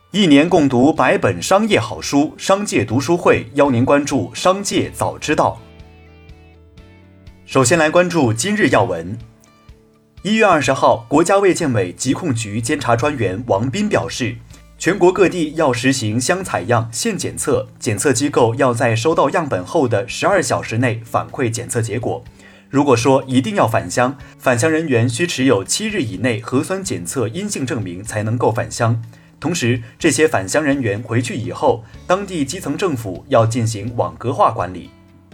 一年共读100本商业好书，商界读书会邀您关注商界早知道。首先来关注今日要闻。1月20号，国家卫健委疾控局监察专员王斌表示，全国各地要实行先采样现检测，检测机构要在收到样本后的12小时内反馈检测结果。如果说一定要返乡，返乡人员需持有7日以内核酸检测阴性证明才能够返乡。同时，这些返乡人员回去以后，当地基层政府要进行网格化管理。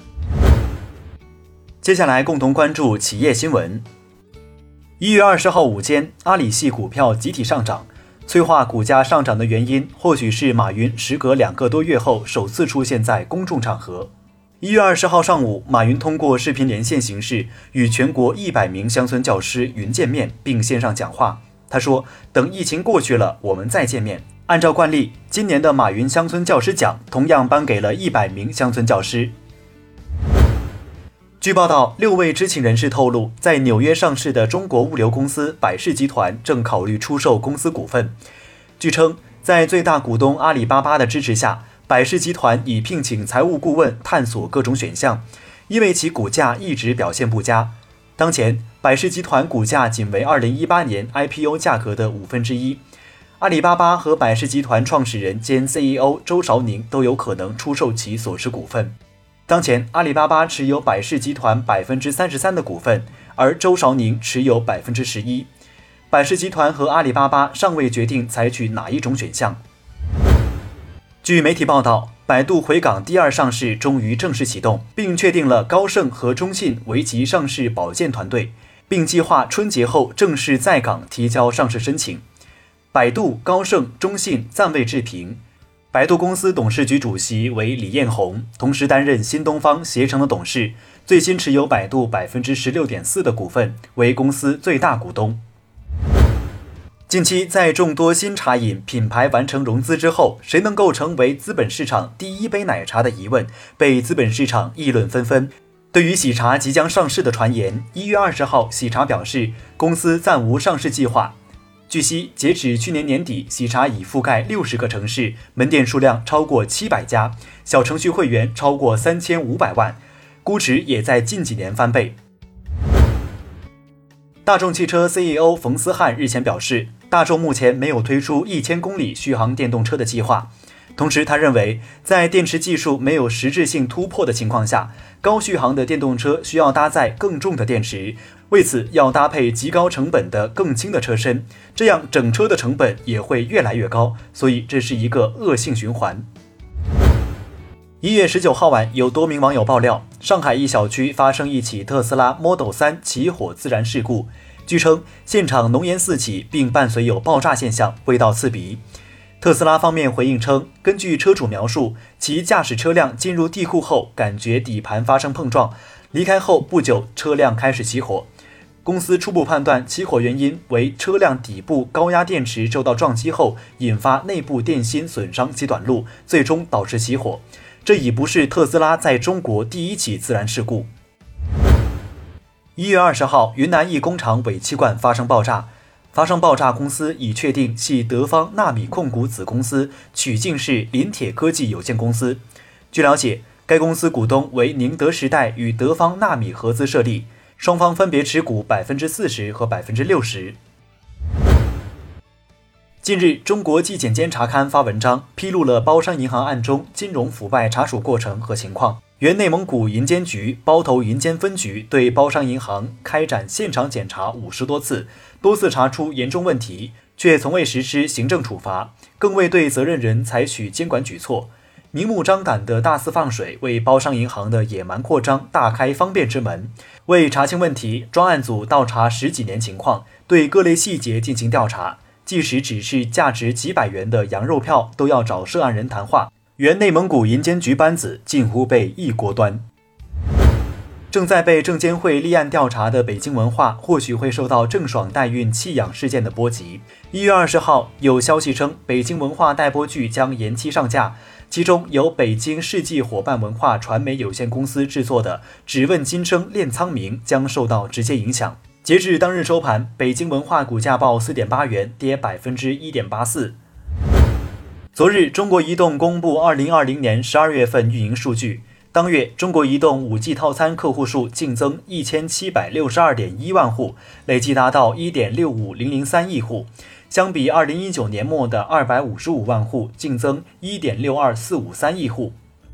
接下来共同关注企业新闻。1月20号午间，阿里系股票集体上涨。催化股价上涨的原因，或许是马云时隔2个多月后首次出现在公众场合。1月20号上午，马云通过视频连线形式与全国100名乡村教师云见面，并线上讲话。他说，等疫情过去了，我们再见面。按照惯例，今年的马云乡村教师奖同样颁给了100名乡村教师。据报道，6位知情人士透露，在纽约上市的中国物流公司百世集团正考虑出售公司股份。据称，在最大股东阿里巴巴的支持下，百世集团已聘请财务顾问探索各种选项，因为其股价一直表现不佳。当前，百世集团股价仅为2018年 IPO 价格的1/5。阿里巴巴和百世集团创始人兼 CEO 周韶宁都有可能出售其所持股份。当前，阿里巴巴持有百世集团33%的股份，而周韶宁持有11%。百世集团和阿里巴巴尚未决定采取哪一种选项。据媒体报道，百度回港第2上市终于正式启动，并确定了高盛和中信为其上市保荐团队，并计划春节后正式在港提交上市申请。百度、高盛、中信暂未置评。百度公司董事局主席为李彦宏，同时担任新东方携程的董事，最新持有百度16.4%的股份，为公司最大股东。近期，在众多新茶饮品牌完成融资之后，谁能够成为资本市场第一杯奶茶的疑问，被资本市场议论纷纷。对于喜茶即将上市的传言，1月20号，喜茶表示，公司暂无上市计划。据悉，截止去年年底，喜茶已覆盖60个城市，门店数量超过700家，小程序会员超过3500万，估值也在近几年翻倍。大众汽车 CEO 冯思翰日前表示，大众目前没有推出1000公里续航电动车的计划。同时，他认为，在电池技术没有实质性突破的情况下，高续航的电动车需要搭载更重的电池，为此要搭配极高成本的更轻的车身，这样整车的成本也会越来越高，所以这是一个恶性循环。1月19号晚，有多名网友爆料，上海一小区发生一起特斯拉 Model 3起火自燃事故，据称现场浓烟四起，并伴随有爆炸现象，味道刺鼻。特斯拉方面回应称，根据车主描述，其驾驶车辆进入地库后，感觉底盘发生碰撞，离开后不久，车辆开始起火。公司初步判断起火原因为车辆底部高压电池受到撞击后，引发内部电芯损伤及短路，最终导致起火。这已不是特斯拉在中国第一起自燃事故。1月20号，云南一工厂尾气罐发生爆炸。发生爆炸公司已确定系德方纳米控股子公司曲靖市林铁科技有限公司。据了解，该公司股东为宁德时代与德方纳米合资设立，双方分别持股40%和60%。近日，中国纪检监察刊发文章，披露了包商银行案中金融腐败查处过程和情况。原内蒙古银监局包头银监分局对包商银行开展现场检查50多次，多次查出严重问题，却从未实施行政处罚，更未对责任人采取监管举措，明目张胆的大肆放水，为包商银行的野蛮扩张大开方便之门。为查清问题，专案组倒查10几年情况，对各类细节进行调查，即使只是价值几百元的羊肉票，都要找涉案人谈话。原内蒙古银监局班子近乎被一锅端。正在被证监会立案调查的北京文化，或许会受到郑爽代孕弃养事件的波及。1月20号，有消息称，北京文化待播剧将延期上架，其中由北京世纪伙伴文化传媒有限公司制作的《只问今生恋苍冥》将受到直接影响。截至当日收盘，北京文化股价报4.8元，跌1.84%。 昨日，中国移动公布2020年12月份运营数据。当月，中国移动 5G 套餐客户数净增1762.1万户，累计达到 1.65003 亿户，相比2019年末的255万户，净增 1.62453 亿户。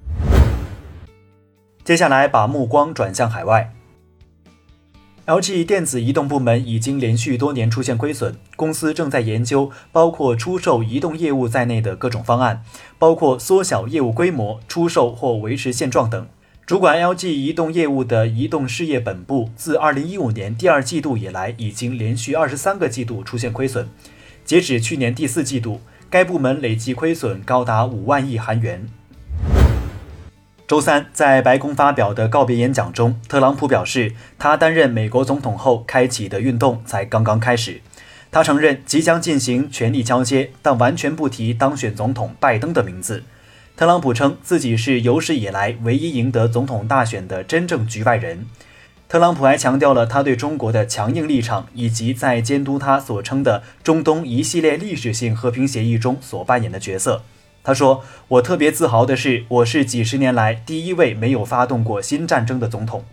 接下来把目光转向海外。LG 电子移动部门已经连续多年出现亏损，公司正在研究包括出售移动业务在内的各种方案，包括缩小业务规模、出售或维持现状等。主管 LG 移动业务的移动事业本部自2015年第2季度以来，已经连续23个季度出现亏损。截止去年第4季度，该部门累计亏损高达5万亿韩元。周三，在白宫发表的告别演讲中，特朗普表示，他担任美国总统后开启的运动才刚刚开始。他承认即将进行权力交接，但完全不提当选总统拜登的名字。特朗普称自己是有史以来唯一赢得总统大选的真正局外人。特朗普还强调了他对中国的强硬立场，以及在监督他所称的中东一系列历史性和平协议中所扮演的角色。他说，我特别自豪的是，我是几十年来第一位没有发动过新战争的总统。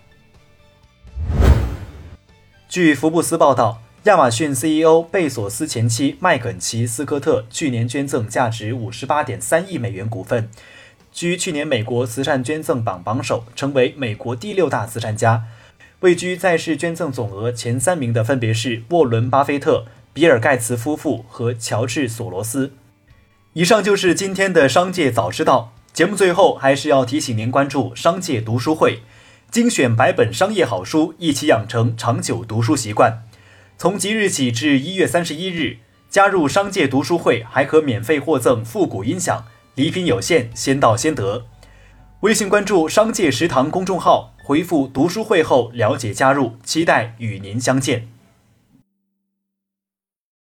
据福布斯报道，亚马逊 CEO 贝索斯前妻麦肯齐斯科特去年捐赠价值 58.3 亿美元股份，居去年美国慈善捐赠榜榜首，成为美国第6大慈善家。位居在世捐赠总额前3名的分别是沃伦·巴菲特、比尔·盖茨夫妇和乔治·索罗斯。以上就是今天的商界早知道。节目最后还是要提醒您关注商界读书会，精选100本商业好书，一起养成长久读书习惯。从即日起至1月31日，加入商界读书会还可免费获赠复古音响，礼品有限，先到先得。微信关注商界食堂公众号，回复读书会后了解加入，期待与您相见。